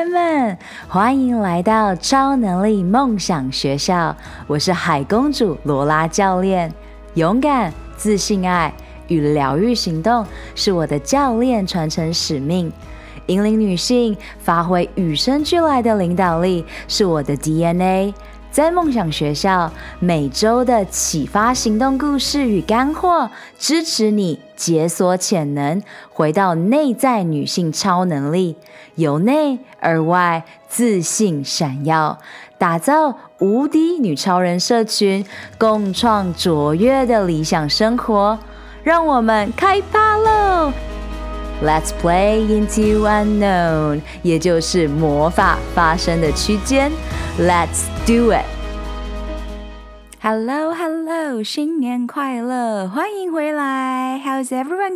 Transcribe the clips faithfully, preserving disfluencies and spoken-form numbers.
们，欢迎来到超能力梦想学校，我是海公主罗拉教练。勇敢、自信爱与疗愈行动是我的教练传承使命，引领女性发挥与生俱来的领导力是我的 D N A。在梦想学校，每周的启发行动故事与干货，支持你解锁潜能，回到内在女性超能力，由内而外自信闪耀，打造无敌女超人社群，共创卓越的理想生活。让我们开趴喽！ Let's play into unknown， 也就是魔法发生的区间。Let's do it！ Hello, hello， 新年快乐，欢迎回来。How's everyone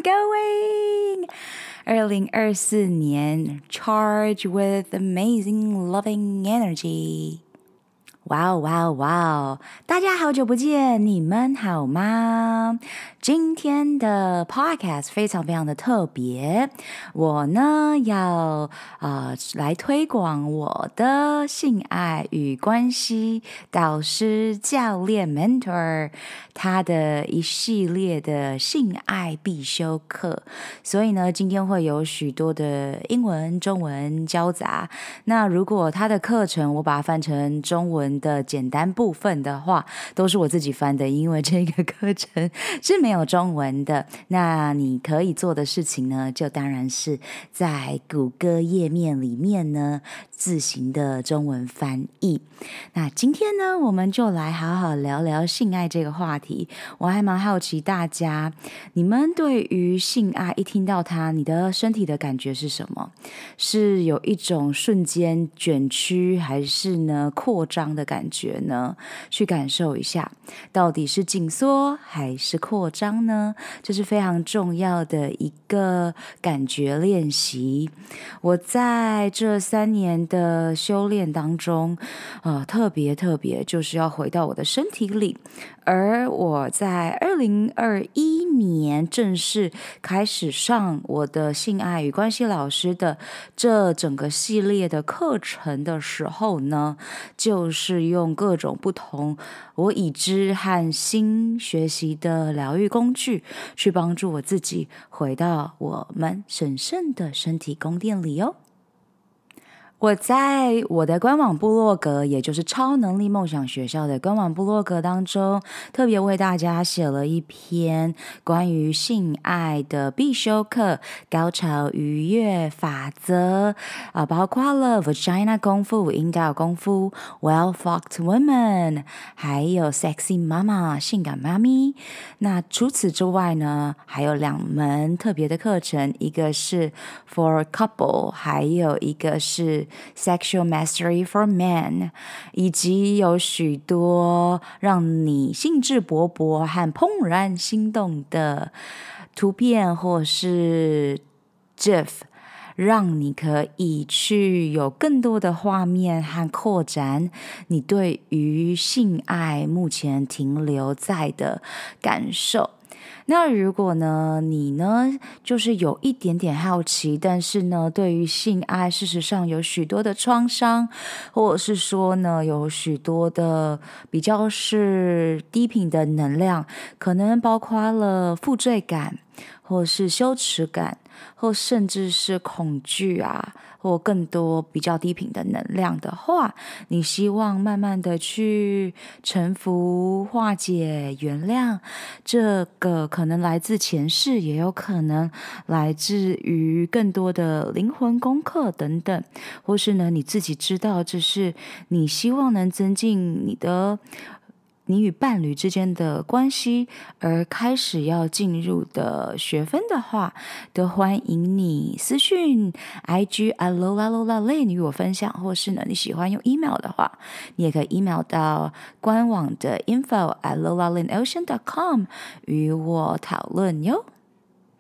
going？ 二零二四年 ，charge with amazing loving energy。哇哦哇哦哇哦！大家好久不见，你们好吗？今天的 podcast 非常非常的特别，我呢要呃来推广我的性爱与关系导师教练 mentor 他的一系列的性爱必修课，所以呢今天会有许多的英文、中文交杂。那如果他的课程我把它翻成中文的简单部分的话，都是我自己翻的，因为这个课程是没有中文的。那你可以做的事情呢，就当然是在谷歌页面里面呢自行的中文翻译。那今天呢，我们就来好好聊聊性爱这个话题。我还蛮好奇大家，你们对于性爱一听到它，你的身体的感觉是什么？是有一种瞬间卷曲，还是呢扩张的感觉呢？去感受一下，到底是紧缩还是扩张呢？这是非常重要的一个感觉练习。我在这三年的修炼当中，呃，特别特别就是要回到我的身体里。而我在二零二一年正式开始上我的性爱与关系老师的这整个系列的课程的时候呢，就是用各种不同我已知和新学习的疗愈工具，去帮助我自己回到我们神圣的身体宫殿里哦。我在我的官网部落格，也就是超能力梦想学校的官网部落格当中，特别为大家写了一篇关于性爱的必修课高潮愉悦法则，啊，包括了 vagina 功夫、阴道功夫、well fucked women， 还有 sexy mama 性感妈咪。那除此之外呢，还有两门特别的课程，一个是 for couple， 还有一个是Sexual Mastery for Men， 以及有许多让你兴致勃勃和怦然心动的图片或是 GIF， 让你可以去有更多的画面和扩展你对于性爱目前停留在的感受。那如果呢，你呢，就是有一点点好奇，但是呢，对于性爱事实上有许多的创伤，或者是说呢，有许多的比较是低频的能量，可能包括了负罪感，或是羞耻感，或甚至是恐惧啊，或更多比较低频的能量的话，你希望慢慢的去臣服、化解、原谅，这个可能来自前世，也有可能来自于更多的灵魂功课等等，或是呢你自己知道这是你希望能增进你的你与伴侣之间的关系而开始要进入的学分的话，都欢迎你私讯 I G alola lola lane 与我分享，或是呢你喜欢用 email 的话，你也可以 email 到官网的 info at lola lane ocean dot com 与我讨论哟。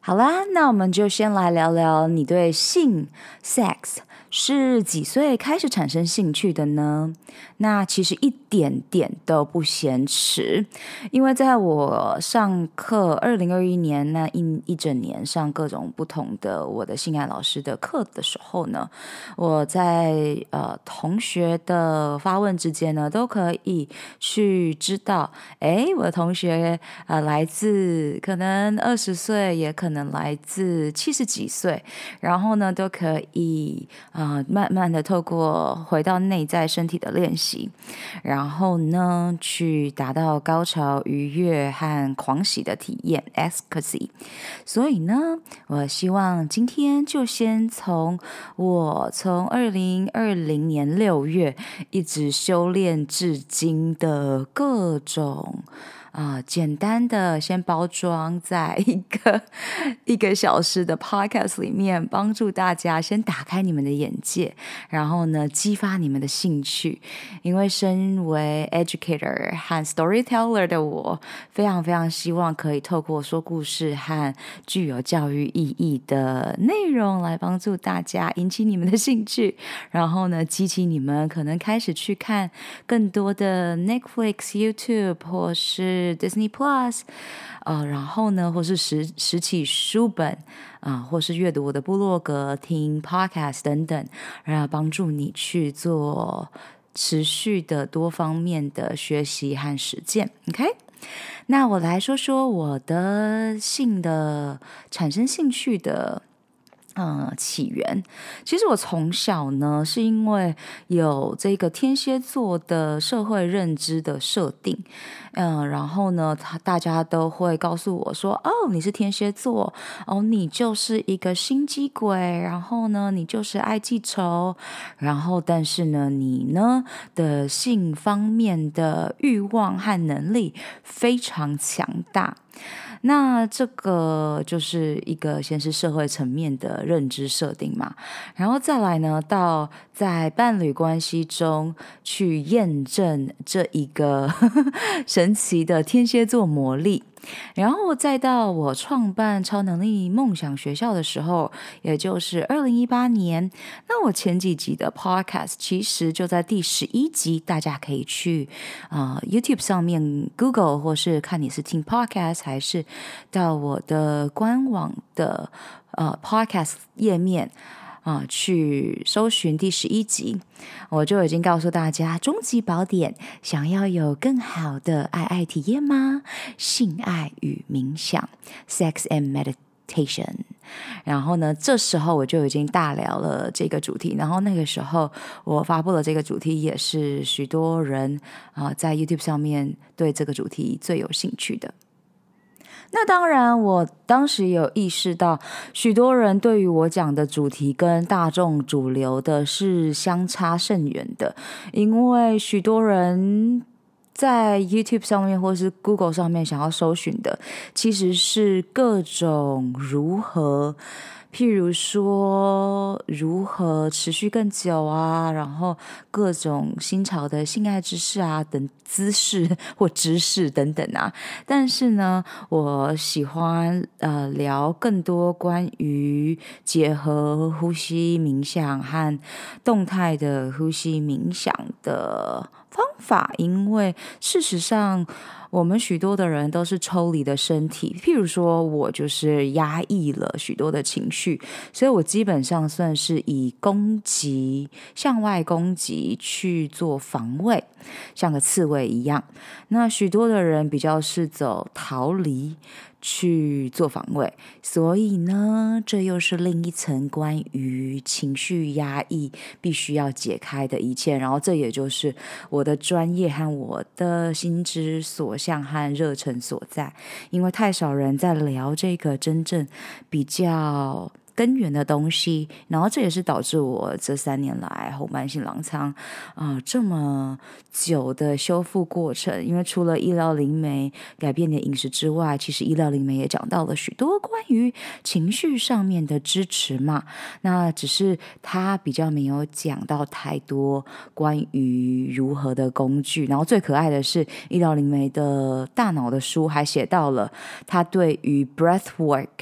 好啦，那我们就先来聊聊你对性 sex 是几岁开始产生兴趣的呢？那其实一点点都不嫌迟，因为在我上课二零二一年那一一整年上各种不同的我的性爱老师的课的时候呢，我在呃同学的发问之间呢，都可以去知道，诶，我的同学呃来自可能二十岁，也可能来自七十几岁，然后呢都可以呃慢慢的透过回到内在身体的练习，然后呢去达到高潮、愉悦和狂喜的体验 ecstasy。 所以呢，我希望今天就先从我从二零二零年六月一直修炼至今的各种啊、呃，简单的先包装在一个一个小时的 podcast 里面，帮助大家先打开你们的眼界，然后呢，激发你们的兴趣。因为身为 educator 和 storyteller 的我，非常非常希望可以透过说故事和具有教育意义的内容来帮助大家，引起你们的兴趣，然后呢，激起你们可能开始去看更多的 Netflix、YouTube 或是 Disney Plus， 呃，然后呢，或是拾拾起书本啊、呃，或是阅读我的部落格、听 podcast 等等，然后帮助你去做持续的多方面的学习和实践。 OK， 那我来说说我的性的产生兴趣的呃，起源。其实我从小呢，是因为有这个天蝎座的社会认知的设定，嗯、呃，然后呢，他大家都会告诉我说，哦，你是天蝎座，哦，你就是一个心机鬼，然后呢，你就是爱记仇，然后但是呢，你呢的性方面的欲望和能力非常强大。那这个就是一个先是社会层面的认知设定嘛，然后再来呢，到在伴侣关系中去验证这一个神奇的天蝎座魔力。然后再到我创办超能力梦想学校的时候，也就是二零一八年，那我前几集的 podcast 其实就在第十一集，大家可以去、呃、YouTube 上面 Google， 或是看你是听 podcast 还是到我的官网的、呃、podcast 页面啊、呃，去搜寻第十一集，我就已经告诉大家终极宝典，想要有更好的爱爱体验吗？性爱与冥想 Sex and Meditation。 然后呢，这时候我就已经大聊了这个主题，然后那个时候我发布了这个主题，也是许多人、呃、在 YouTube 上面对这个主题最有兴趣的。那当然，我当时有意识到，许多人对于我讲的主题跟大众主流的是相差甚远的，因为许多人在 YouTube 上面或是 Google 上面想要搜寻的，其实是各种如何，譬如说如何持续更久啊，然后各种新潮的性爱知识啊等姿势或知识等等啊。但是呢，我喜欢呃聊更多关于结合呼吸冥想和动态的呼吸冥想的方法，因为事实上我们许多的人都是抽离的身体，譬如说我就是压抑了许多的情绪，所以我基本上算是以攻击向外攻击去做防卫，像个刺猬一样。那许多的人比较是走逃离去做防卫，所以呢，这又是另一层关于情绪压抑必须要解开的一切，然后这也就是我的专业和我的心之所向和热忱所在，因为太少人在聊这个真正比较根源的东西，然后这也是导致我这三年来红斑性狼疮啊、呃、这么久的修复过程。因为除了医疗灵媒改变你的饮食之外，其实医疗灵媒也讲到了许多关于情绪上面的支持嘛，那只是他比较没有讲到太多关于如何的工具。然后最可爱的是，医疗灵媒的大脑的书还写到了他对于 breathwork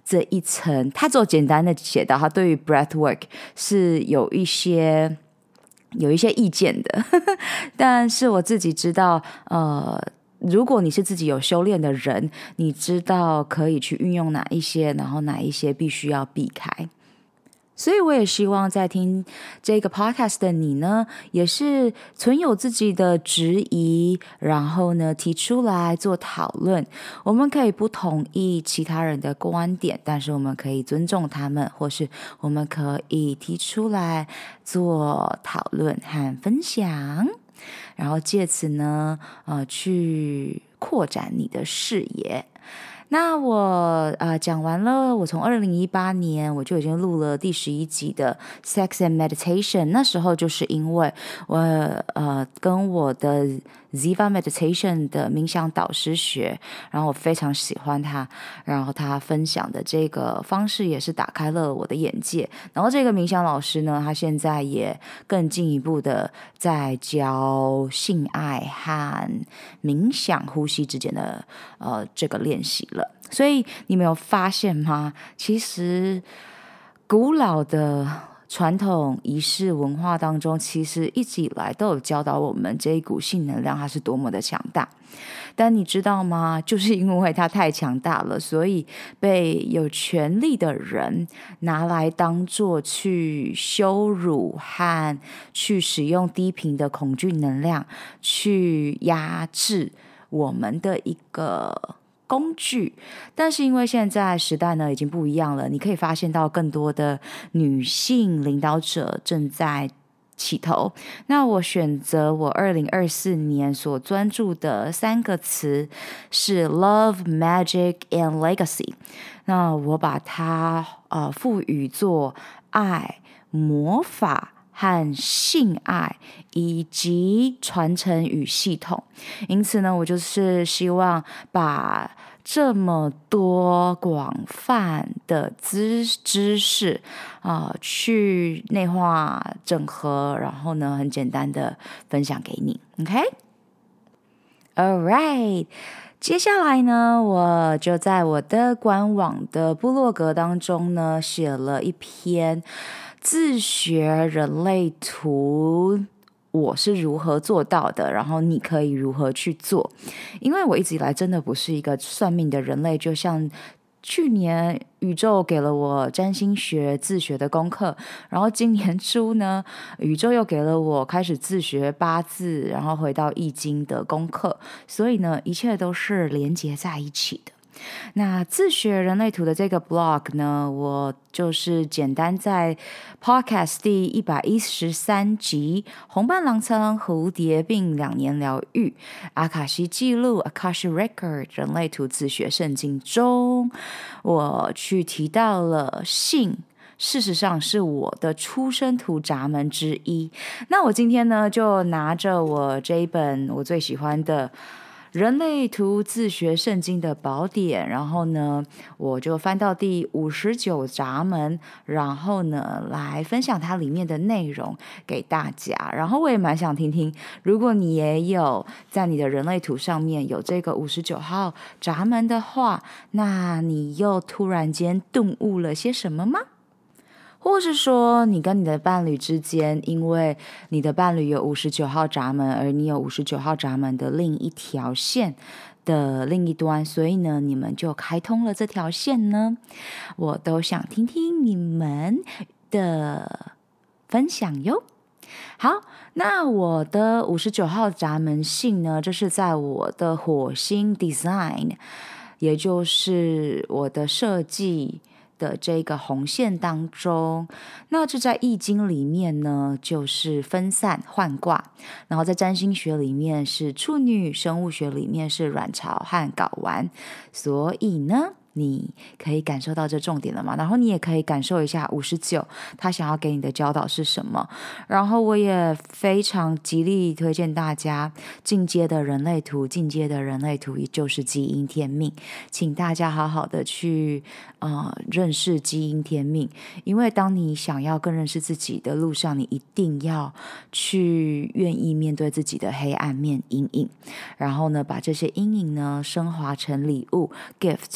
这一层，他只有简单的写到他对于 breathwork 是有一些有一些意见的但是我自己知道呃如果你是自己有修炼的人，你知道可以去运用哪一些，然后哪一些必须要避开。所以我也希望在听这个 podcast 的你呢，也是存有自己的质疑，然后呢提出来做讨论。我们可以不同意其他人的观点，但是我们可以尊重他们，或是我们可以提出来做讨论和分享，然后借此呢，呃，去扩展你的视野。那我呃讲完了，我从二零一八年我就已经录了第十一集的 Sex and Meditation， 那时候就是因为我呃跟我的 Ziva Meditation 的冥想导师学，然后我非常喜欢他，然后他分享的这个方式也是打开了我的眼界。然后这个冥想老师呢，他现在也更进一步的在教性爱和冥想呼吸之间的呃这个练习了。所以你没有发现吗？其实古老的传统仪式文化当中，其实一直以来都有教导我们这一股性能量它是多么的强大。但你知道吗？就是因为它太强大了，所以被有权力的人拿来当作去羞辱和去使用低频的恐惧能量去压制我们的一个工具。但是因为现在时代呢已经不一样了，你可以发现到更多的女性领导者正在起头。那我选择我二零二四年所专注的三个词是 Love, Magic and Legacy。那我把它呃赋予做爱、魔法和性爱以及传承与系统。因此呢，我就是希望把这么多广泛的知知识啊、呃，去内化整合，然后呢，很简单的分享给你。OK，All right。接下来呢，我就在我的官网的部落格当中呢，写了一篇自学人类图，我是如何做到的，然后你可以如何去做。因为我一直以来真的不是一个算命的人类，就像去年宇宙给了我占星学自学的功课，然后今年初呢，宇宙又给了我开始自学八字，然后回到易经的功课，所以呢，一切都是连结在一起的。那自学人类图的这个 blog 呢，我就是简单在 podcast 第一百一十三集红斑狼疮蝴蝶病两年疗愈阿卡西记录 Akashic Record 人类图自学圣经中，我去提到了性事实上是我的出生图闸门之一。那我今天呢，就拿着我这一本我最喜欢的人类图自学圣经的宝典，然后呢，我就翻到第五十九闸门，然后呢，来分享它里面的内容给大家。然后我也蛮想听听，如果你也有在你的人类图上面有这个五十九号闸门的话，那你又突然间顿悟了些什么吗？或是说你跟你的伴侣之间，因为你的伴侣有五十九号闸门，而你有五十九号闸门的另一条线的另一端，所以呢，你们就开通了这条线呢？我都想听听你们的分享哟。好，那我的五十九号闸门性呢，这是在我的火星 design， 也就是我的设计的这个红线当中。那这在易经里面呢，就是分散换卦，然后在占星学里面是处女，生物学里面是卵巢和睾丸。所以呢，你可以感受到这重点了吗？然后你也可以感受一下五十九他想要给你的教导是什么。然后我也非常极力推荐大家进阶的人类图，进阶的人类图也就是基因天命，请大家好好的去呃认识基因天命。因为当你想要更认识自己的路上，你一定要去愿意面对自己的黑暗面阴影，然后呢把这些阴影呢升华成礼物 gift， 然后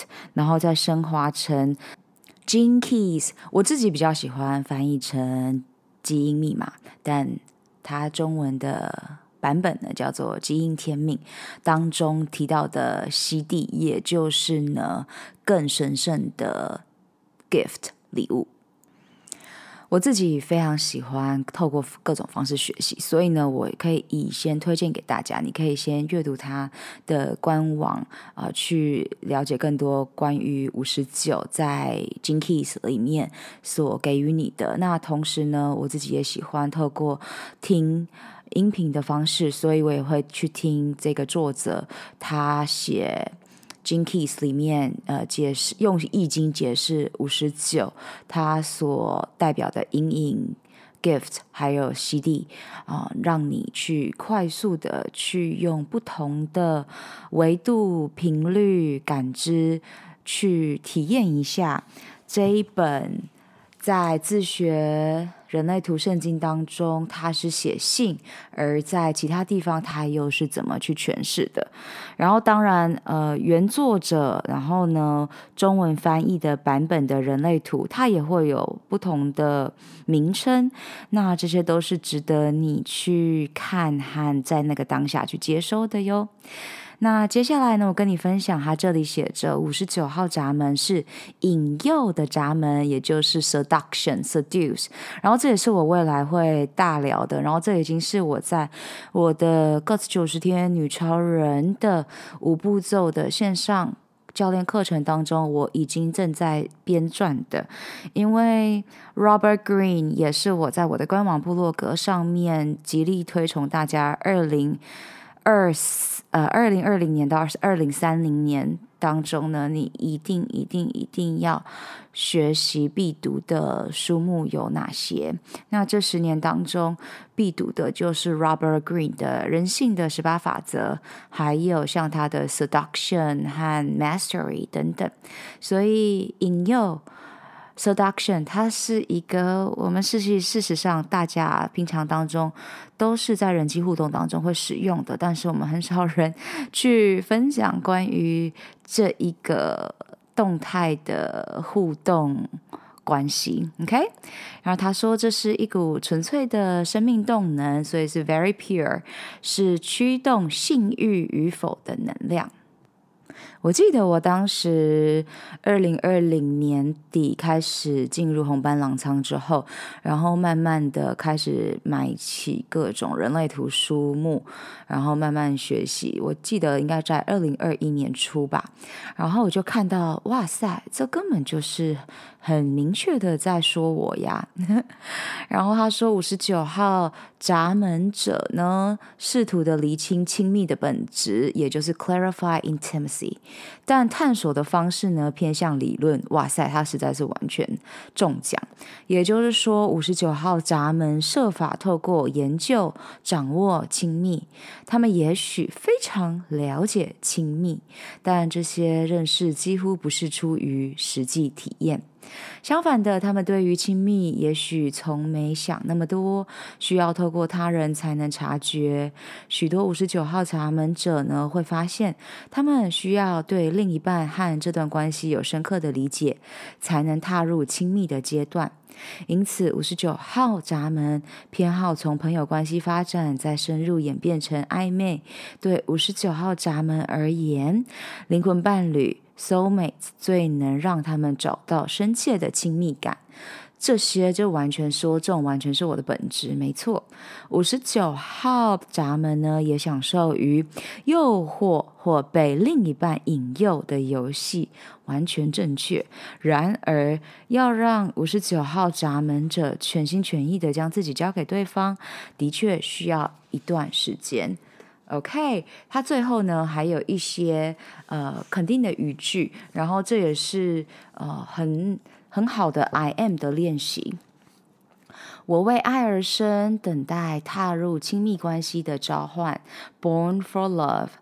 后再升华成 Gene Keys， 我自己比较喜欢翻译成基因密码，但它中文的版本呢叫做基因天命，当中提到的西地，也就是呢更神圣的 gift 礼物。我自己非常喜欢透过各种方式学习，所以呢，我可以以先推荐给大家，你可以先阅读它的官网，呃，去了解更多关于五十九在 Gene Keys 里面所给予你的。那同时呢，我自己也喜欢透过听音频的方式，所以我也会去听这个作者他写Gene Keys 里面呃解释用易经解释五十九它所代表的阴影 gift 还有 C D 啊、呃，让你去快速的去用不同的维度频率感知去体验一下这一本在自学人类图圣经当中它是写信，而在其他地方它又是怎么去诠释的。然后当然呃原作者然后呢中文翻译的版本的人类图它也会有不同的名称，那这些都是值得你去看和在那个当下去接收的哟。那接下来呢，我跟你分享，它这里写着五十九号闸门是引诱的闸门，也就是 seduction seduce， 然后这也是我未来会大聊的，然后这已经是我在我的 Guts 九十天女超人的五步骤的线上教练课程当中，我已经正在编撰的，因为 Robert Greene 也是我在我的官网部落格上面极力推崇大家二零二呃二零二零年到二零三零年当中呢，你一定一定一定要学习必读的书目有哪些？那这十年当中必读的就是 Robert Greene 的人性的十八法则，还有像他的 Seduction 和 Mastery 等等。所以引诱Seduction 它是一个我们事实事实上大家平常当中都是在人际互动当中会使用的，但是我们很少人去分享关于这一个动态的互动关系 OK， 然后他说这是一股纯粹的生命动能，所以是 very pure， 是驱动性欲与否的能量。我记得我当时二零二零年底开始进入红斑狼疮之后，然后慢慢的开始买起各种人类图书目，然后慢慢学习。我记得应该在二零二一年初吧，然后我就看到哇塞，这根本就是很明确的在说我呀。然后他说五十九号闸门者呢，试图的厘清亲密的本质，也就是 clarify intimacy， 但探索的方式呢偏向理论。哇塞，他实在是完全中奖。也就是说五十九号闸门设法透过研究掌握亲密，他们也许非常了解亲密，但这些认识几乎不是出于实际体验。相反的，他们对于亲密也许从没想那么多，需要透过他人才能察觉。许多五十九号闸门者呢，会发现他们需要对另一半和这段关系有深刻的理解，才能踏入亲密的阶段。因此五十九号闸门偏好从朋友关系发展，再深入演变成暧昧。对五十九号闸门而言，灵魂伴侣soulmates 最能让他们找到深切的亲密感，这些就完全说中，完全是我的本质，没错。五十九号闸门呢，也享受于诱惑或被另一半引诱的游戏，完全正确。然而，要让五十九号闸门者全心全意的将自己交给对方，的确需要一段时间。OK， 他最后呢还有一些呃肯定的语句，然后这也是呃很很好的 I am 的练习。我为爱而生，等待踏入亲密关系的召唤 Born for love，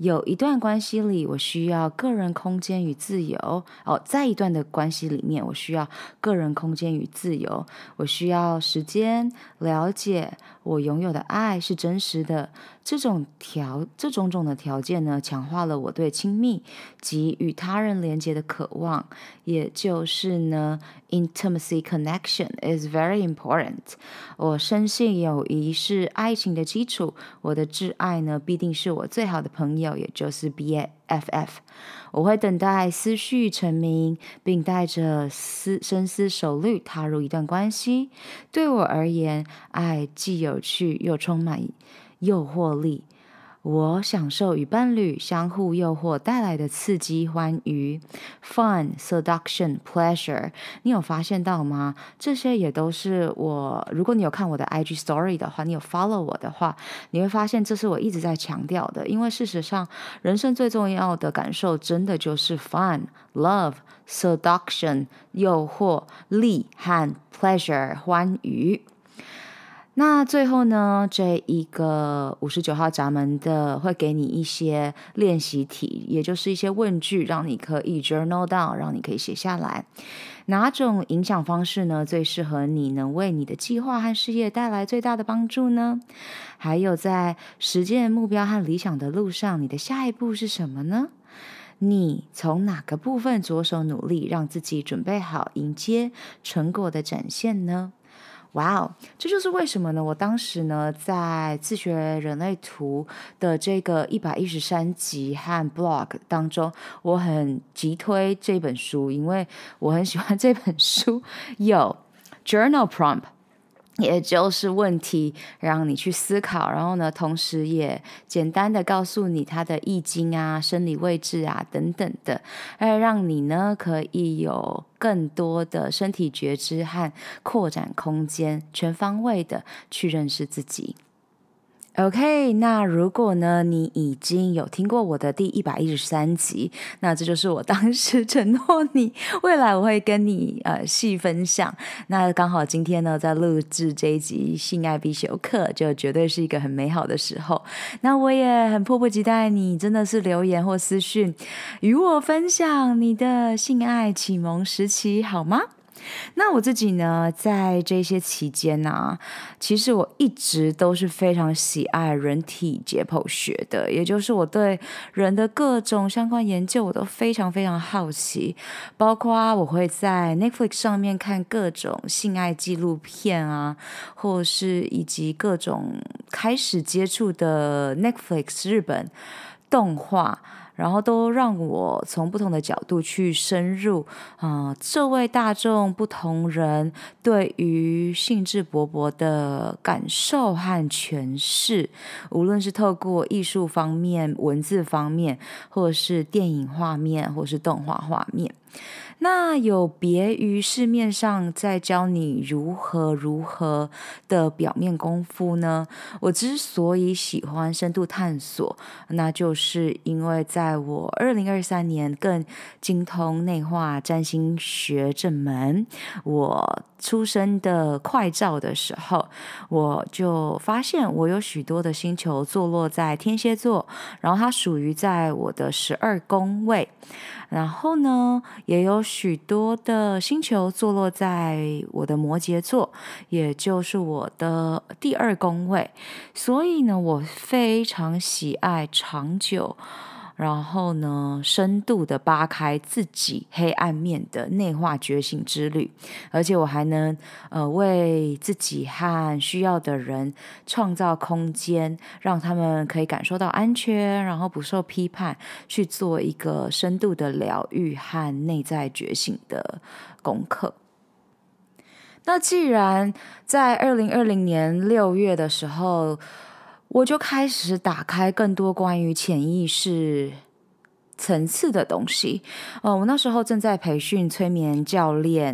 有一段关系里，我需要个人空间与自由。哦，在一段的关系里面，我需要个人空间与自由。我需要时间了解我拥有的爱是真实的。这种条这种种的条件呢，强化了我对亲密及与他人连结的渴望。也就是呢 ，intimacy connection is very important。我深信友谊是爱情的基础。我的挚爱呢，必定是我最好的朋友，也就是 B F F。我会等待思绪成名，并带着思深思熟虑踏入一段关系。对我而言，爱既有趣又充满诱惑力。我享受与伴侣相互诱惑带来的刺激欢愉 fun, seduction, pleasure。 你有发现到吗？这些也都是我，如果你有看我的 I G story 的话，你有 follow 我的话，你会发现这是我一直在强调的。因为事实上人生最重要的感受真的就是 fun, love, seduction 诱惑力和 pleasure 欢愉。那最后呢，这一个五十九号闸门的会给你一些练习题，也就是一些问句，让你可以 journal down， 让你可以写下来。哪种影响方式呢，最适合你，能为你的计划和事业带来最大的帮助呢？还有在实践目标和理想的路上，你的下一步是什么呢？你从哪个部分着手努力，让自己准备好迎接成果的展现呢？哇哦，这就是为什么呢？我当时呢，在自学人类图的这个一百一十三集和 blog 当中，我很急推这本书，因为我很喜欢这本书有 journal prompt，也就是问题让你去思考，然后呢，同时也简单的告诉你它的易经啊、生理位置啊等等的，而让你呢可以有更多的身体觉知和扩展空间，全方位的去认识自己。OK， 那如果呢你已经有听过我的第一百一十三集，那这就是我当时承诺你未来我会跟你呃细分享。那刚好今天呢在录制这一集性爱必修课，就绝对是一个很美好的时候。那我也很迫不及待你真的是留言或私讯与我分享你的性爱启蒙时期好吗？那我自己呢，在这些期间啊，其实我一直都是非常喜爱人体解剖学的，也就是我对人的各种相关研究我都非常非常好奇，包括我会在 Netflix 上面看各种性爱纪录片啊，或是以及各种开始接触的 Netflix 日本动画，然后都让我从不同的角度去深入啊、呃，这位大众不同人对于兴致勃勃的感受和诠释，无论是透过艺术方面、文字方面，或者是电影画面，或是动画画面。那有别于市面上在教你如何如何的表面功夫呢？我之所以喜欢深度探索，那就是因为在我二零二三年更精通内化占星学这门我出生的快照的时候，我就发现我有许多的星球坐落在天蝎座，然后它属于在我的十二宫位，然后呢也有许多的星球坐落在我的摩羯座，也就是我的第二宫位。所以呢我非常喜爱长久然后呢深度的扒开自己黑暗面的内化觉醒之旅，而且我还能呃为自己和需要的人创造空间，让他们可以感受到安全，然后不受批判，去做一个深度的疗愈和内在觉醒的功课。那既然在二零二零年六月的时候，我就开始打开更多关于潜意识层次的东西。呃，我那时候正在培训催眠教练，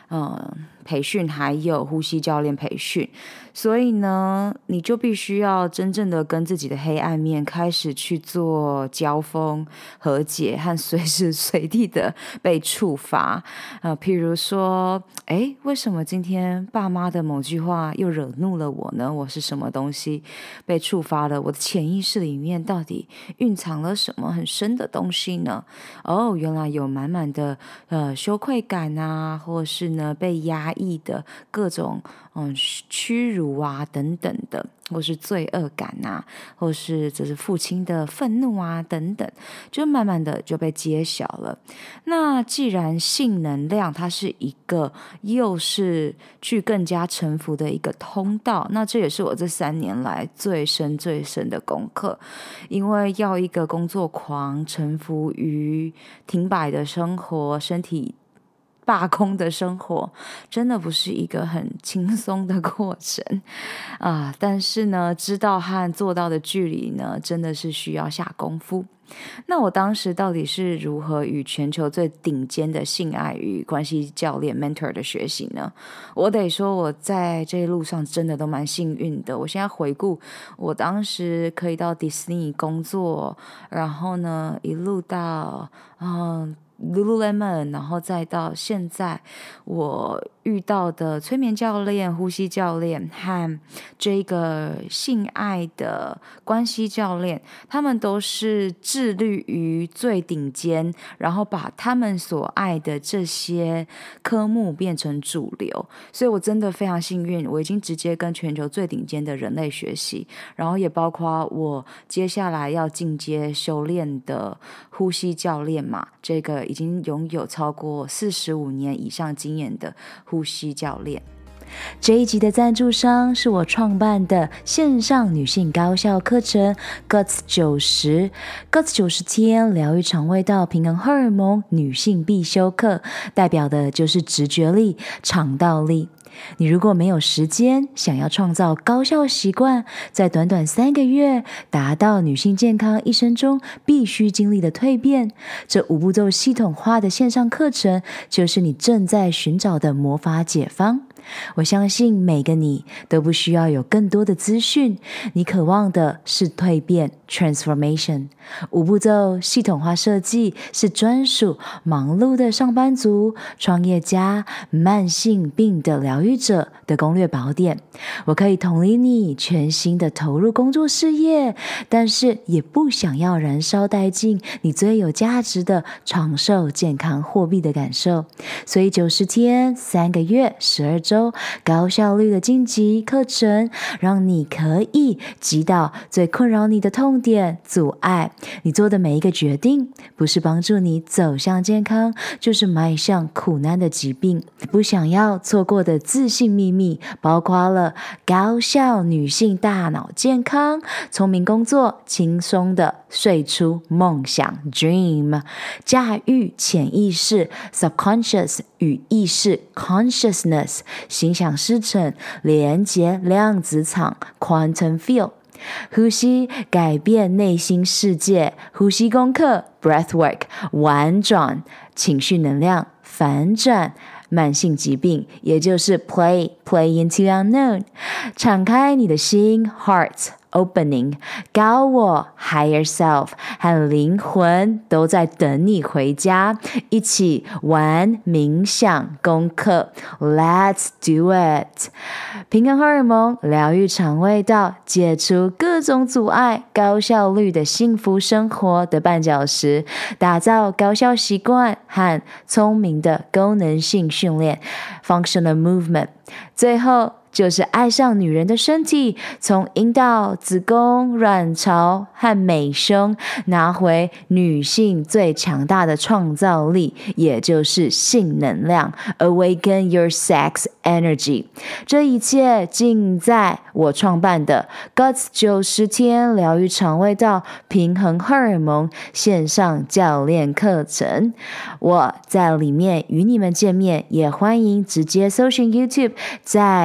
呃培训，还有呼吸教练培训。所以呢，你就必须要真正的跟自己的黑暗面开始去做交锋、和解和随时随地的被处罚。呃，譬如说，诶，为什么今天爸妈的某句话又惹怒了我呢？我是什么东西被触发了？我的潜意识里面到底蕴藏了什么很深的东西呢？哦，原来有满满的呃羞愧感啊，或是呢被压抑的各种嗯屈辱啊等等的，或是罪恶感啊，或是这是父亲的愤怒啊等等，就慢慢的就被揭晓了。那既然性能量它是一个又是去更加臣服的一个通道，那这也是我这三年来最深最深的功课。因为要一个工作狂臣服于停摆的生活，身体罢工的生活，真的不是一个很轻松的过程啊！但是呢，知道和做到的距离呢，真的是需要下功夫。那我当时到底是如何与全球最顶尖的性爱与关系教练 mentor 的学习呢？我得说我在这一路上真的都蛮幸运的。我现在回顾，我当时可以到迪士尼工作，然后呢一路到嗯。Lululemon， 然后再到现在我遇到的催眠教练、呼吸教练和这个性爱的关系教练，他们都是致力于最顶尖，然后把他们所爱的这些科目变成主流。所以我真的非常幸运，我已经直接跟全球最顶尖的人类学习，然后也包括我接下来要进阶修炼的呼吸教练嘛，这个已经拥有超过四十五年以上经验的呼吸教练。 这一集的赞助商是我创办的线上女性高效课程 Guts 九十 Guts 九十天疗愈肠胃道平衡荷尔蒙女性必修课，代表的就是直觉力、肠道力。你如果没有时间，想要创造高效习惯，在短短三个月达到女性健康一生中必须经历的蜕变，这五步骤系统化的线上课程就是你正在寻找的魔法解方。我相信每个你都不需要有更多的资讯，你渴望的是蜕变 transformation。 五步骤系统化设计是专属忙碌的上班族、创业家、慢性病的疗愈者的攻略宝典。我可以同理你全心的投入工作事业，但是也不想要燃烧殆尽你最有价值的长寿健康货币的感受。所以九十天、三个月、十二周高效率的晋级课程，让你可以击倒最困扰你的痛点、阻碍。你做的每一个决定，不是帮助你走向健康，就是迈向苦难的疾病。不想要错过的自信秘密，包括了高效女性大脑健康、聪明工作、轻松的睡出梦想 dream、 驾驭潜意识 subconscious 与意识 consciousness、 心想事成、连结量子场 quantum field。呼吸改变内心世界，呼吸功课 breathwork， 婉转情绪能量反转慢性疾病，也就是 play play into unknown。 敞开你的心 heart opening， 高我 higher self 和灵魂都在等你回家，一起玩冥想功课 Let's do it。 平衡荷尔蒙，疗愈肠胃道，解除各种阻碍，高效率的幸福生活的绊脚石，打造高效习惯和聪明的功能性训练 Functional Movement。 最后就是爱上女人的身体，从阴道、子宫、卵巢和美胸拿回女性最强大的创造力，也就是性能量 Awaken your sex energy。 这一切尽在我创办的 Guts 九十天疗愈肠胃道平衡荷尔蒙线上教练课程。我在里面与你们见面，也欢迎直接搜寻 YouTube， 在 YouTube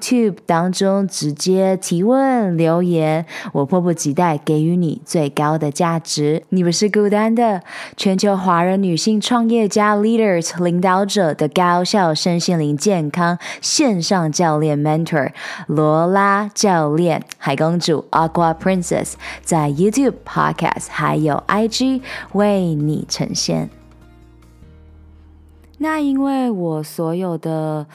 YouTube 当中直接提问留言，我迫不及待给予你最高的价值。你不是孤单的，全球华人女性创业家 leaders 领导者的高效身心灵健康线上教练 mentor 罗拉教练海公主 Aqua Princess 在 YouTube Podcast 还有 I G 为你呈现。那因为我所有的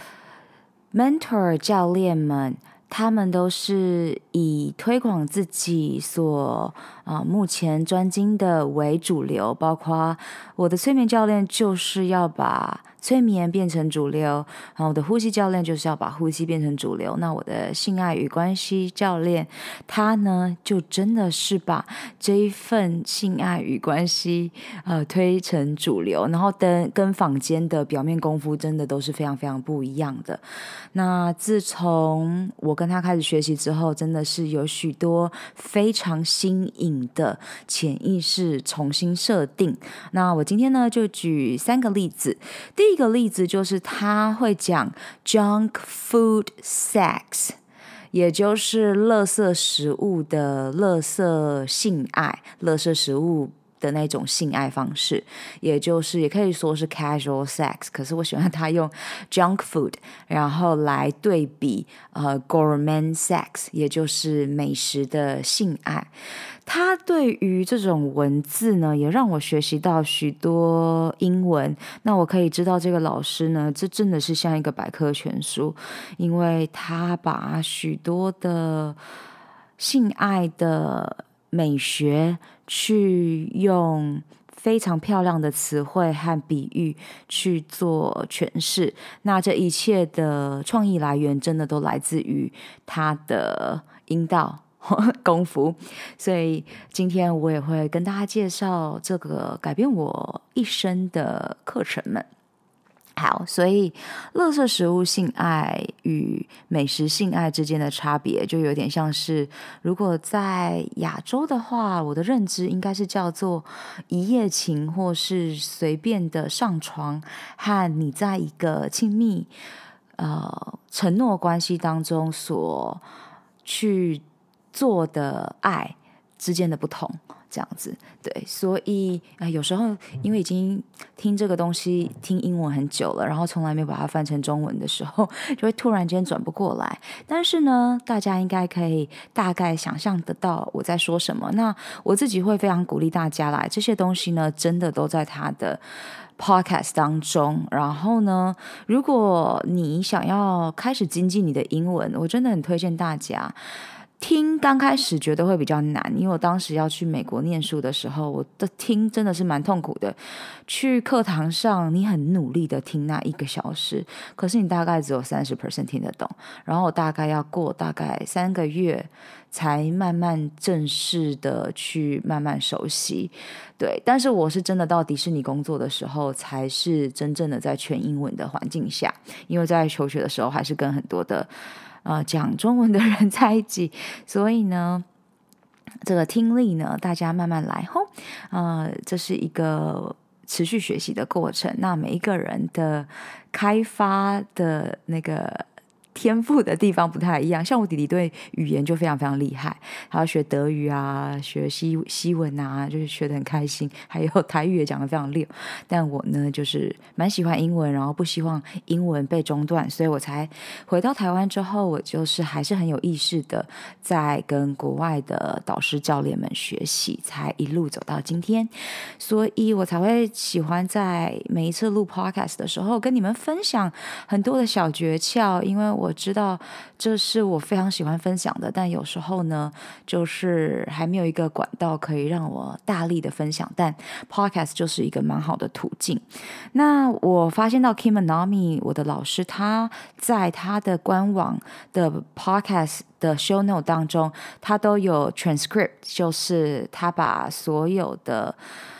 mentor 教练们，他们都是以推广自己所啊、呃、目前专精的为主流，包括我的催眠教练就是要把催眠变成主流，然后我的呼吸教练就是要把呼吸变成主流。那我的性爱与关系教练，他呢就真的是把这一份性爱与关系呃推成主流，然后跟跟坊间的表面功夫真的都是非常非常不一样的。那自从我跟他开始学习之后，真的是有许多非常新颖的潜意识重新设定。那我今天呢就举三个例子。第一个例子就是他会讲 junk food sex， 也就是垃圾食物的垃圾性爱，垃圾食物的那种性爱方式，也就是也可以说是 casual sex， 可是我喜欢他用 junk food 然后来对比呃 gourmet sex， 也就是美食的性爱。他对于这种文字呢，也让我学习到许多英文。那我可以知道这个老师呢，这真的是像一个百科全书，因为他把许多的性爱的美学去用非常漂亮的词汇和比喻去做诠释。那这一切的创意来源真的都来自于他的阴道功夫，所以今天我也会跟大家介绍这个改变我一生的课程们。好，所以垃圾食物性爱与美食性爱之间的差别，就有点像是，如果在亚洲的话，我的认知应该是叫做一夜情，或是随便的上床，和你在一个亲密呃承诺关系当中所去做的爱之间的不同。这样子，对，所以、呃、有时候因为已经听这个东西听英文很久了，然后从来没有把它翻成中文的时候，就会突然间转不过来。但是呢，大家应该可以大概想象得到我在说什么。那我自己会非常鼓励大家来，这些东西呢，真的都在他的podcast 当中。然后呢，如果你想要开始精进你的英文，我真的很推荐大家听。刚开始觉得会比较难，因为我当时要去美国念书的时候，我的听真的是蛮痛苦的。去课堂上你很努力的听那一个小时，可是你大概只有 百分之三十 听得懂，然后我大概要过大概三个月才慢慢正式的去慢慢熟悉。对，但是我是真的到迪士尼工作的时候，才是真正的在全英文的环境下，因为在求学的时候还是跟很多的呃，讲中文的人在一起，所以呢，这个听力呢，大家慢慢来吼，呃，这是一个持续学习的过程。那每一个人的开发的那个天赋的地方不太一样，像我弟弟对语言就非常非常厉害，他要学德语啊，学西西文啊，就是学得很开心，还有台语也讲得非常溜。但我呢，就是蛮喜欢英文，然后不希望英文被中断，所以我才回到台湾之后，我就是还是很有意识的在跟国外的导师教练们学习，才一路走到今天。所以我才会喜欢在每一次录 podcast 的时候跟你们分享很多的小诀窍，因为我我知道这是我非常喜欢分享的，但有时候呢，就是还没有一个管道可以让我大力的分享，但 podcast 就是一个蛮好的途径。那我发现到 Kim Anami 我的老师，他在他的官网的 podcast 的 show note 当中，他都有 transcript， 就是他把所有的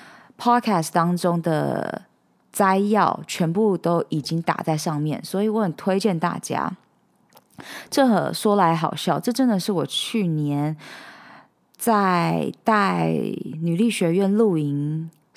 podcast 当中的摘要全部都已经打在上面，所以我很推荐大家。这说来好笑，这真的是我去年在带女力学院露营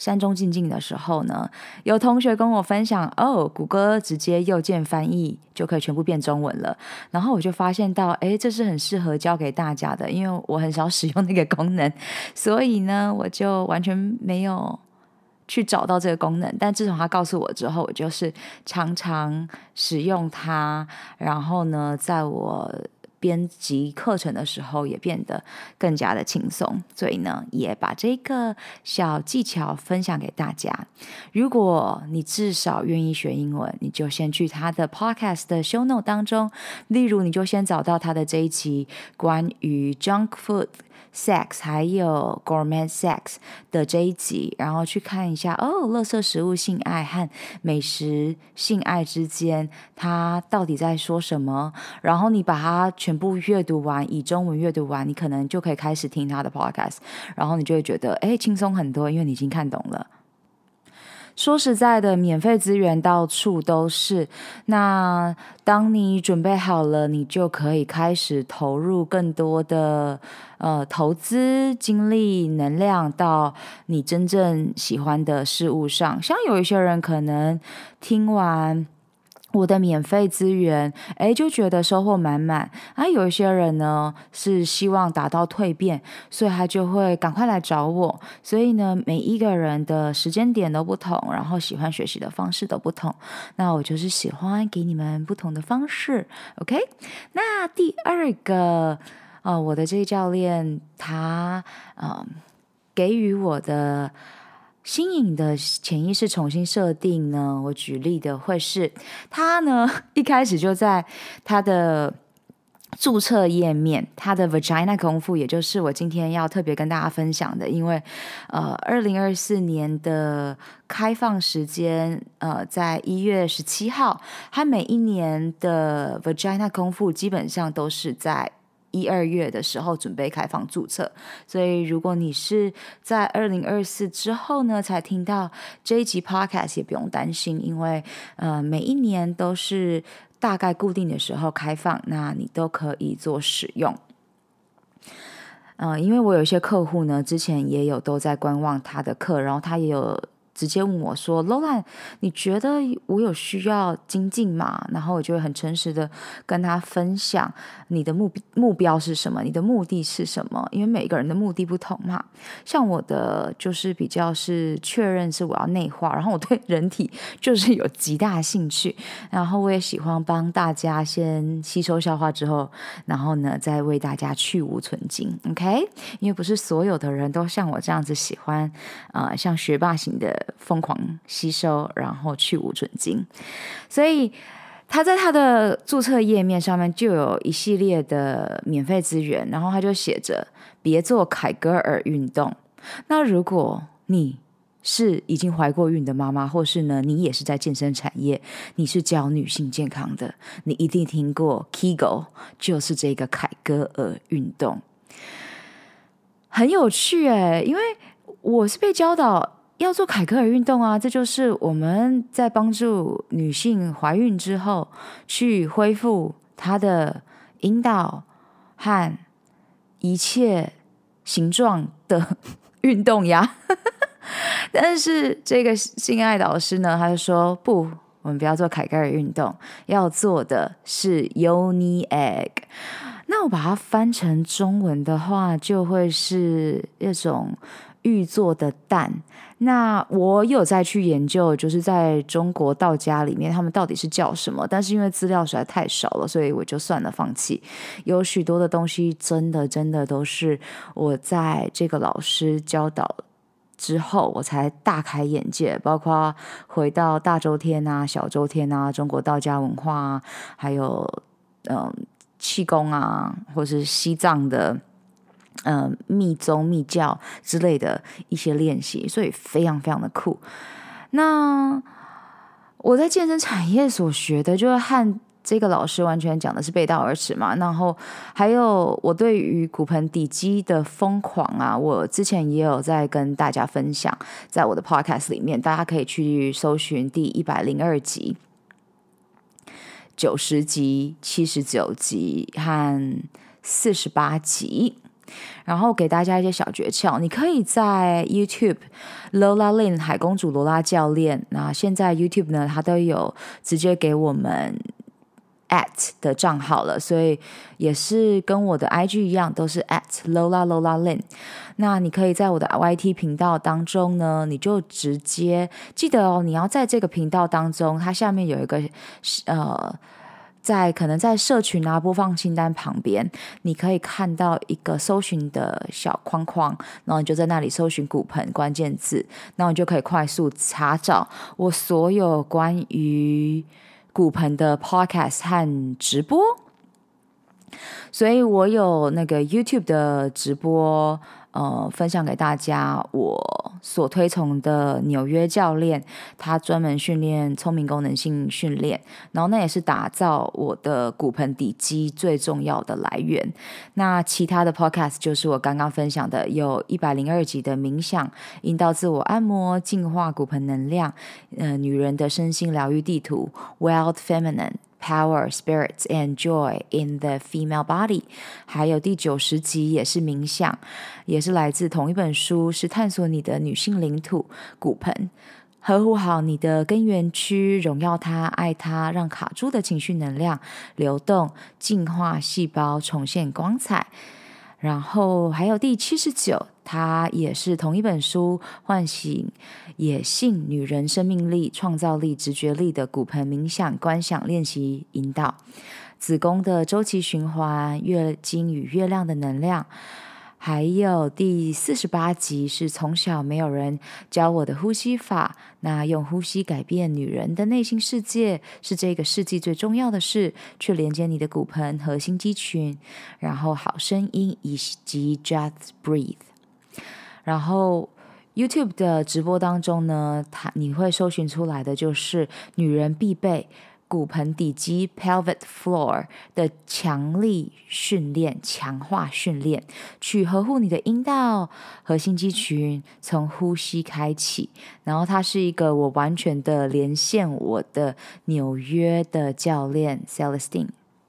山中静静的时候呢，有同学跟我分享，哦，谷歌直接右键翻译就可以全部变中文了。然后我就发现到，哎，这是很适合教给大家的，因为我很少使用那个功能，所以呢，我就完全没有去找到这个功能。但自从他告诉我之后，我就是常常使用它，然后呢，在我编辑课程的时候也变得更加的轻松，所以呢，也把这个小技巧分享给大家。如果你至少愿意学英文，你就先去他的 podcast 的 show note 当中，例如你就先找到他的这一集关于 junk food、sex 还有 gourmet sex 的这一集，然后去看一下哦，垃圾食物性爱和美食性爱之间它到底在说什么，然后你把它全部阅读完，以中文阅读完，你可能就可以开始听他的 podcast， 然后你就会觉得哎，轻松很多，因为你已经看懂了。说实在的，免费资源到处都是，那当你准备好了，你就可以开始投入更多的呃投资精力能量到你真正喜欢的事物上。像有一些人可能听完我的免费资源，诶，就觉得收获满满。啊，有一些人呢是希望达到蜕变，所以他就会赶快来找我。所以呢，每一个人的时间点都不同，然后喜欢学习的方式都不同。那我就是喜欢给你们不同的方式 ，OK？ 那第二个，呃，我的这个教练他呃给予我的新颖的潜意识重新设定呢，我举例的会是他呢一开始就在他的注册页面，他的 vagina 功夫，也就是我今天要特别跟大家分享的，因为呃，二零二四年的开放时间呃，在一月十七号，他每一年的 vagina 功夫基本上都是在一二月的时候准备开放注册，所以如果你是在二零二四之后呢才听到这一集 podcast 也不用担心，因为呃每一年都是大概固定的时候开放，那你都可以做使用。呃，因为我有一些客户呢之前也有都在观望他的课，然后他也有直接问我说 Lola 你觉得我有需要精进吗？然后我就会很诚实的跟他分享你的 目, 目标是什么，你的目的是什么，因为每个人的目的不同嘛。像我的就是比较是确认是我要内化，然后我对人体就是有极大兴趣，然后我也喜欢帮大家先吸收消化之后，然后呢再为大家去无存精 OK？ 因为不是所有的人都像我这样子喜欢呃像学霸型的疯狂吸收然后去无存精，所以他在他的注册页面上面就有一系列的免费资源，然后他就写着别做凯格尔运动。那如果你是已经怀过孕的妈妈，或是呢你也是在健身产业，你是教女性健康的，你一定听过 Kegel， 就是这个凯格尔运动。很有趣耶，因为我是被教导要做凯格尔运动啊，这就是我们在帮助女性怀孕之后去恢复她的阴道和一切形状的运动呀。但是这个性爱导师呢，他就说不，我们不要做凯格尔运动，要做的是 Yoni Egg。那我把它翻成中文的话，就会是一种玉做的蛋。那我有再去研究，就是在中国道家里面他们到底是叫什么，但是因为资料实在太少了，所以我就算了，放弃。有许多的东西真的真的都是我在这个老师教导之后我才大开眼界，包括回到大周天啊、小周天啊、中国道家文化啊，还有嗯气功啊，或是西藏的呃密宗密教之类的一些练习，所以非常非常的酷。那我在健身产业所学的就是和这个老师完全讲的是背道而驰嘛，然后还有我对于骨盆底肌的疯狂啊，我之前也有在跟大家分享，在我的 podcast 里面，大家可以去搜寻第一百零二集、九十集、七十九集和四十八集。 然后给大家一些小诀窍，你可以在 YouTube Lola Lin 海公主罗拉教练，那现在 YouTube 呢，它都有直接给我们 at 的账号了，所以也是跟我的 I G 一样，都是 at Lola Lola Lin。那你可以在我的 Y T 频道当中呢，你就直接记得哦，你要在这个频道当中，它下面有一个呃。在可能在社群啊播放清单旁边，你可以看到一个搜寻的小框框，然后你就在那里搜寻骨盆关键字，然后你就可以快速查找我所有关于骨盆的 podcast 和直播。所以我有那个 YouTube 的直播，呃，分享给大家我所推崇的纽约教练，他专门训练聪明功能性训练，然后那也是打造我的骨盆底肌最重要的来源。那其他的 podcast 就是我刚刚分享的，有一百零二集的冥想，引导自我按摩，净化骨盆能量，呃，女人的身心疗愈地图 Wild Feminine。Power, Spirits, and Joy in the Female Body， 还有第九十集也是冥想，也是来自同一本书，是探索你的女性领土骨盆，呵护好你的根源区，荣耀它，爱它，让卡住的情绪能量流动，净化细胞，重现光彩。然后还有第七十九，它也是同一本书，唤醒野性女人生命力、创造力、直觉力的骨盆冥想观想练习引导，子宫的周期循环，月经与月亮的能量。还有第四十八集是从小没有人教我的呼吸法，那用呼吸改变女人的内心世界是这个世纪最重要的事，去连接你的骨盆核心肌群，然后好声音以及 Just Breathe。 然后 YouTube 的直播当中呢，它你会搜寻出来的就是女人必备骨盆底肌 pelvic floor 的强力训练，强化训练，去呵护你的阴道核心肌群，从呼吸开启。然后它是一个我完全的连线我的纽约的教练 Celestine。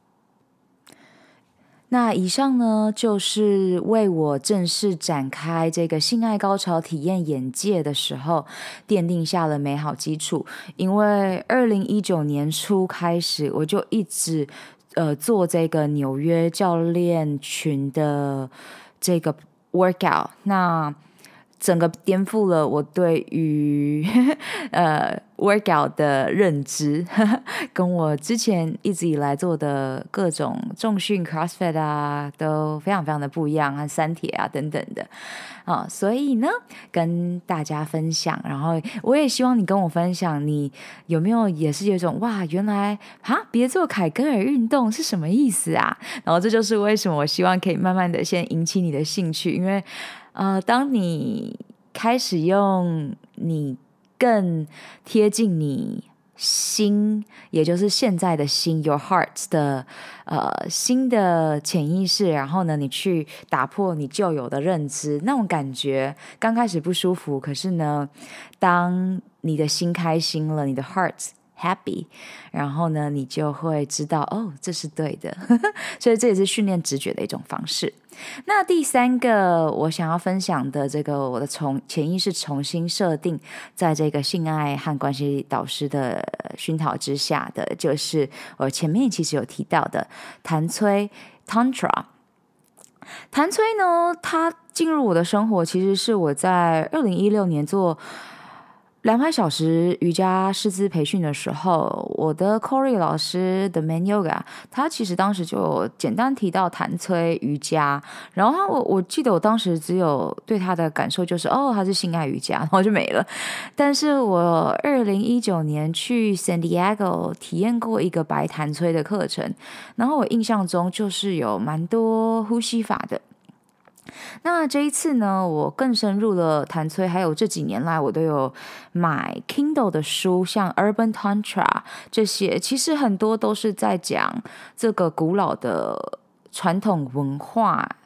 那以上呢，就是为我正式展开这个性爱高潮体验眼界的时候奠定下了美好基础。因为二零一九年初开始，我就一直呃做这个纽约教练群的这个 workout， 那整个颠覆了我对于呃 workout 的认知，跟我之前一直以来做的各种重训 CrossFit 啊都非常非常的不一样，和三铁啊等等的啊，所以呢跟大家分享，然后我也希望你跟我分享，你有没有也是有一种哇原来啊别做凯格尔运动是什么意思啊？然后这就是为什么我希望可以慢慢的先引起你的兴趣，因为呃，当你开始用你更贴近你心，也就是现在的心 your heart 的呃新的潜意识，然后呢你去打破你旧有的认知，那种感觉刚开始不舒服，可是呢当你的心开心了，你的 heart happy， 然后呢你就会知道哦这是对的所以这也是训练直觉的一种方式。那第三个我想要分享的这个我的从潜意识重新设定在这个性爱和关系导师的熏陶之下的，就是我前面其实有提到的谭崔 Tantra。 谭崔呢它进入我的生活其实是我在二零一六年做两百小时瑜伽师资培训的时候，我的 Corey 老师的 Man Yoga 他其实当时就简单提到谭崔瑜伽，然后他我我记得我当时只有对他的感受就是哦他是性爱瑜伽，然后就没了。但是我二零一九年去 San Diego 体验过一个白谭崔的课程，然后我印象中就是有蛮多呼吸法的。那这一次呢我更深入了谭崔，还有这几年来我都有买 Kindle 的书，像 Urban Tantra 这些，其实很多都是在讲这个古老的传统文化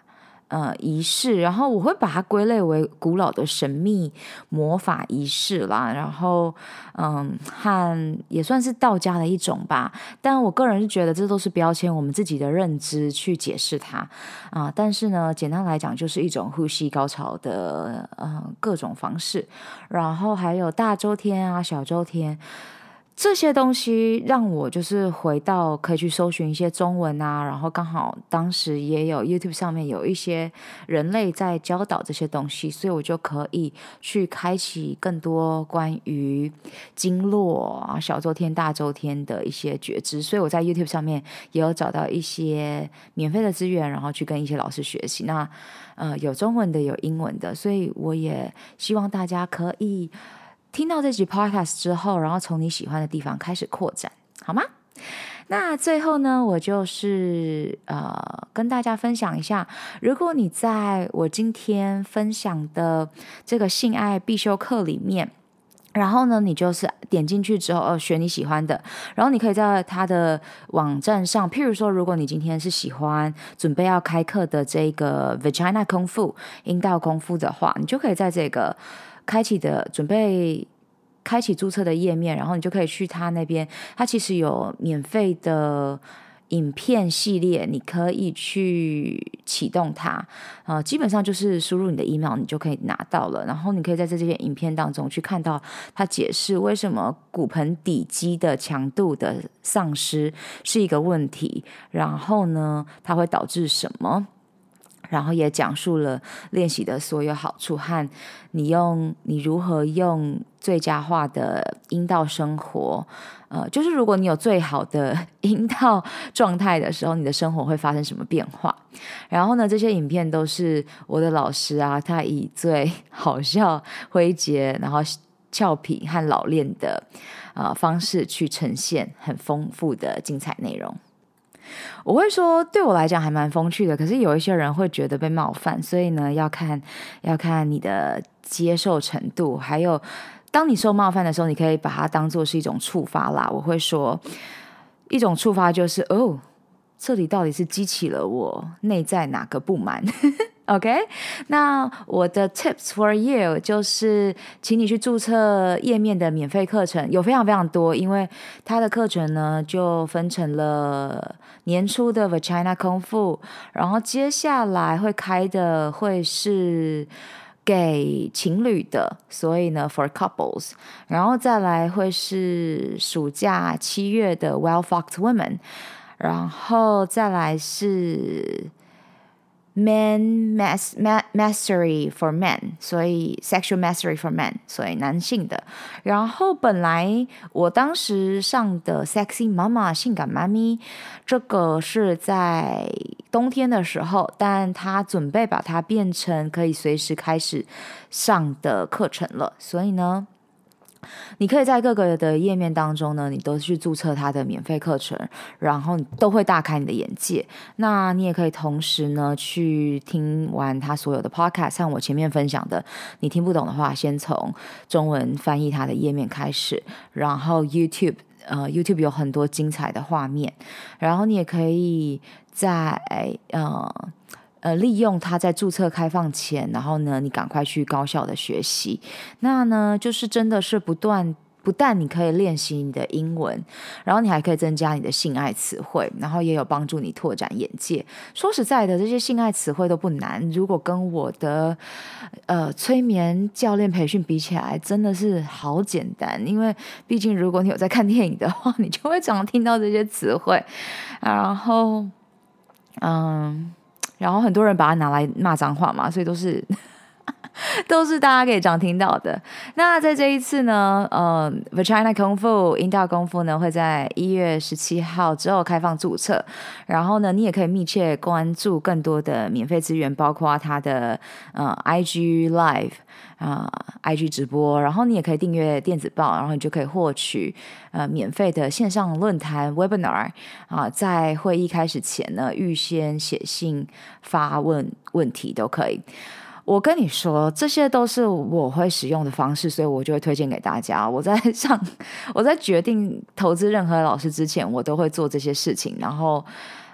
呃仪式，然后我会把它归类为古老的神秘魔法仪式啦，然后嗯和也算是道家的一种吧，但我个人是觉得这都是标签，我们自己的认知去解释它啊、呃。但是呢，简单来讲就是一种呼吸高潮的呃各种方式，然后还有大周天啊、小周天。这些东西让我就是回到可以去搜寻一些中文啊，然后刚好当时也有 YouTube 上面有一些人类在教导这些东西，所以我就可以去开启更多关于经络啊、小周天、大周天的一些觉知，所以我在 YouTube 上面也有找到一些免费的资源，然后去跟一些老师学习。那呃有中文的，有英文的，所以我也希望大家可以听到这集 podcast 之后，然后从你喜欢的地方开始扩展，好吗？那最后呢，我就是呃跟大家分享一下，如果你在我今天分享的这个性爱必修课里面，然后呢，你就是点进去之后，呃，选你喜欢的，然后你可以在他的网站上，譬如说，如果你今天是喜欢准备要开课的这个 Vagina 功夫、阴道功夫的话，你就可以在这个开启的准备开启注册的页面，然后你就可以去他那边，他其实有免费的影片系列，你可以去启动它，呃，基本上就是输入你的 email 你就可以拿到了，然后你可以在这些影片当中去看到他解释为什么骨盆底肌的强度的丧失是一个问题，然后呢它会导致什么，然后也讲述了练习的所有好处和你用你如何用最佳化的阴道生活，呃，就是如果你有最好的阴道状态的时候，你的生活会发生什么变化。然后呢，这些影片都是我的老师啊，他以最好笑、诙谐，然后俏皮和老练的、呃、方式去呈现很丰富的精彩内容。我会说对我来讲还蛮风趣的，可是有一些人会觉得被冒犯，所以呢要看要看你的接受程度，还有当你受冒犯的时候，你可以把它当作是一种触发啦。我会说一种触发就是哦，这里到底是激起了我内在哪个不满OK， 那我的 tips for you 就是请你去注册页面的免费课程，有非常非常多，因为它的课程呢就分成了年初的 Vagina 功夫，然后接下来会开的会是给情侣的，所以呢 for couples， 然后再来会是暑假七月的 Well Fucked Women， 然后再来是Men Mastery for Men， 所以 Sexual Mastery for Men， 所以男性的。然后本来我当时上的 Sexy Mama 性感妈咪，这个是在冬天的时候，但他准备把它变成可以随时开始上的课程了，所以呢你可以在各个的页面当中呢，你都去注册它的免费课程，然后你都会大开你的眼界。那你也可以同时呢去听完他所有的 podcast， 像我前面分享的，你听不懂的话，先从中文翻译它的页面开始，然后 YouTube 呃 YouTube 有很多精彩的画面，然后你也可以在呃呃，利用它在注册开放前，然后呢，你赶快去高效的学习。那呢，就是真的是不断，不但你可以练习你的英文，然后你还可以增加你的性爱词汇，然后也有帮助你拓展眼界。说实在的，这些性爱词汇都不难，如果跟我的呃催眠教练培训比起来，真的是好简单。因为毕竟如果你有在看电影的话，你就会常常听到这些词汇，然后嗯。然后很多人把它拿来骂脏话嘛，所以都是都是大家可以常听到的。那在这一次呢，呃 Vagina 功夫、阴道功夫呢，会在一月十七号之后开放注册。然后呢，你也可以密切关注更多的免费资源，包括它的呃 I G Live。啊、呃、I G 直播，然后你也可以订阅电子报，然后你就可以获取呃免费的线上论坛 webinar 啊、呃，在会议开始前呢，预先写信发问问题都可以。我跟你说，这些都是我会使用的方式，所以我就会推荐给大家。我在上，我在决定投资任何老师之前，我都会做这些事情，然后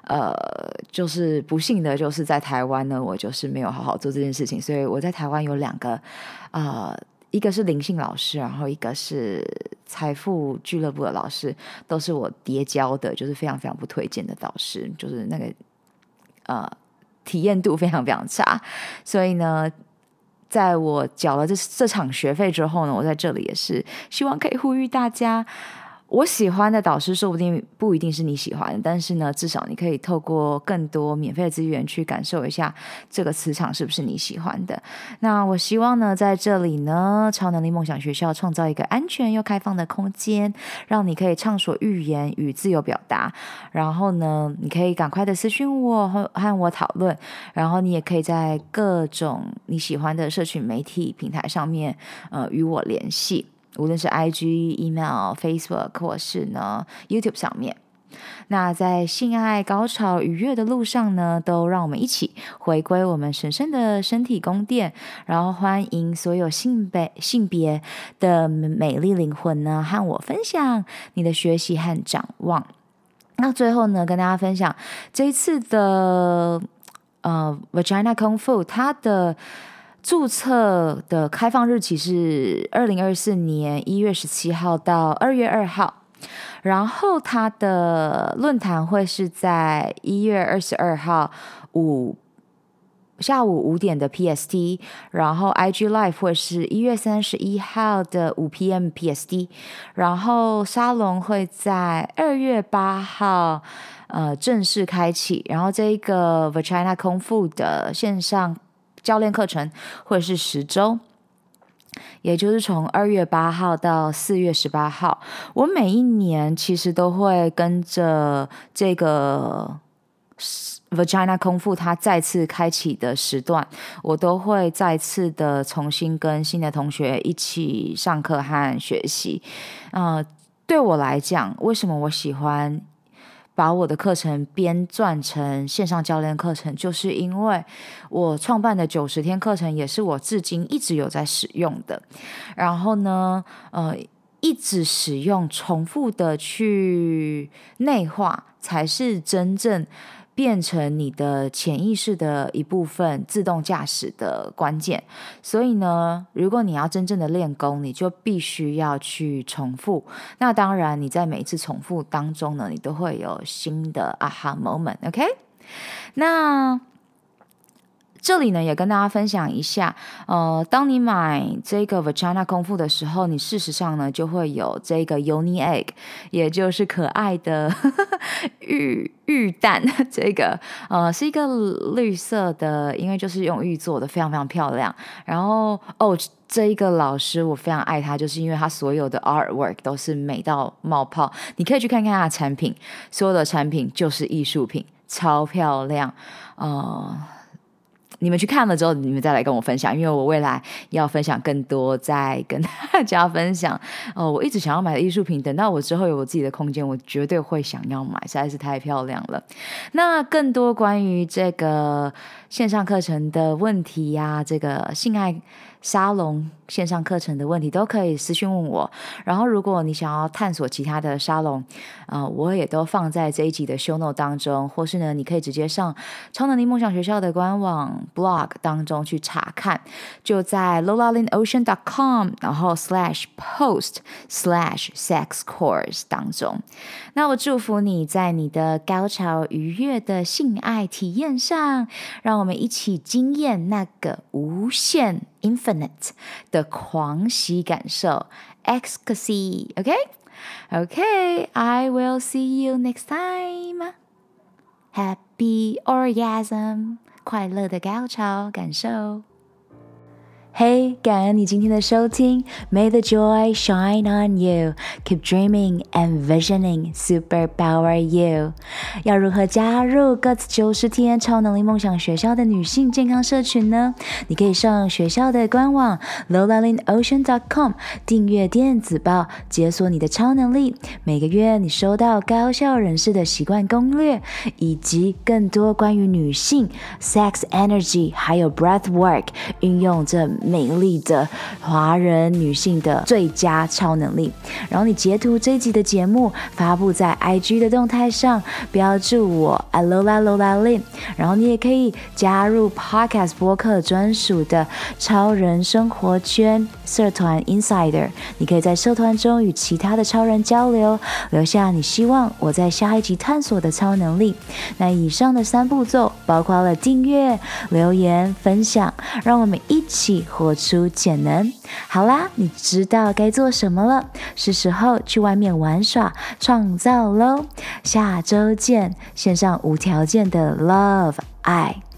呃，就是不幸的就是在台湾呢，我就是没有好好做这件事情，所以我在台湾有两个呃。一个是灵性老师，然后一个是财富俱乐部的老师，都是我叠教的，就是非常非常不推荐的导师，就是那个呃体验度非常非常差。所以呢，在我缴了这这场学费之后呢，我在这里也是希望可以呼吁大家。我喜欢的导师说不定不一定是你喜欢的，但是呢，至少你可以透过更多免费的资源去感受一下这个磁场是不是你喜欢的。那我希望呢，在这里呢，超能力梦想学校创造一个安全又开放的空间，让你可以畅所欲言与自由表达。然后呢，你可以赶快的私讯我和和我讨论，然后你也可以在各种你喜欢的社群媒体平台上面呃与我联系。无论是 I G、email、Facebook 或是呢 YouTube 上面，那在性爱高潮愉悦的路上呢，都让我们一起回归我们神圣的身体宫殿，然后欢迎所有性别性别的美丽灵魂呢，和我分享你的学习和展望。那最后呢，跟大家分享这一次的呃 Vagina Kung Fu 它的注册的开放日期是二零二四年一月十七号到二月二号，然后它的论坛会是在一月二十二号五下午五点的 P S T， 然后 I G Live 会是一月三十一号的五 P M P S T， 然后沙龙会在二月八号呃正式开启，然后这个 Vagina Kung Fu 的线上教练课程会是十周，也就是从二月八号到四月十八号。我每一年其实都会跟着这个 Vagina Kung Fu 它再次开启的时段，我都会再次的重新跟新的同学一起上课和学习。呃，对我来讲，为什么我喜欢把我的课程编撰成线上教练课程，就是因为我创办的九十天课程也是我至今一直有在使用的。然后呢，呃，一直使用，重复的去内化，才是真正变成你的潜意识的一部分，自动驾驶的关键。所以呢，如果你要真正的练功，你就必须要去重复。那当然你在每一次重复当中呢，你都会有新的 aha moment。 OK， 那这里呢也跟大家分享一下，呃，当你买这个 Vagina Kung Fu 的时候，你事实上呢就会有这个 Yoni Egg， 也就是可爱的玉玉蛋，这个呃是一个绿色的，因为就是用玉做的，非常非常漂亮。然后哦，这一个老师我非常爱他，就是因为他所有的 artwork 都是美到冒泡，你可以去看看他的产品，所有的产品就是艺术品，超漂亮。呃你们去看了之后，你们再来跟我分享，因为我未来要分享更多，再跟大家分享。哦，我一直想要买的艺术品，等到我之后有我自己的空间，我绝对会想要买，实在是太漂亮了。那更多关于这个线上课程的问题呀、啊，这个性爱沙龙线上课程的问题都可以私讯问我。然后如果你想要探索其他的沙龙，呃，我也都放在这一集的 show note 当中，或是呢你可以直接上超能力梦想学校的官网 blog 当中去查看，就在 lola lin ocean dot com 然后 slash post slash sex course 当中。那我祝福你在你的高潮愉悦的性爱体验上，让我们一起经验那个无限 infinite 的狂喜感受 ecstasy。 OK OK I will see you next time. Happy orgasm， 快乐的高潮感受。嘿，感恩你今天的收听。May the joy shine on you. Keep dreaming and visioning. Superpower you. 要如何加入 Guts 九十天超能力梦想学校的女性健康社群呢？你可以上学校的官网 lola lin ocean dot com 订阅电子报，解锁你的超能力。每个月你收到高效人士的习惯攻略，以及更多关于女性 sex energy 还有 breath work 运用这美丽的华人女性的最佳超能力。然后你截图这一集的节目发布在 I G 的动态上，标注我 Alola Lola Lin， 然后你也可以加入 Podcast 播客专属的超人生活圈社团 Insider， 你可以在社团中与其他的超人交流，留下你希望我在下一集探索的超能力。那以上的三步骤包括了订阅、留言、分享，让我们一起活出潜能。好啦，你知道该做什么了，是时候去外面玩耍创造咯。下周见，线上无条件的 love 爱。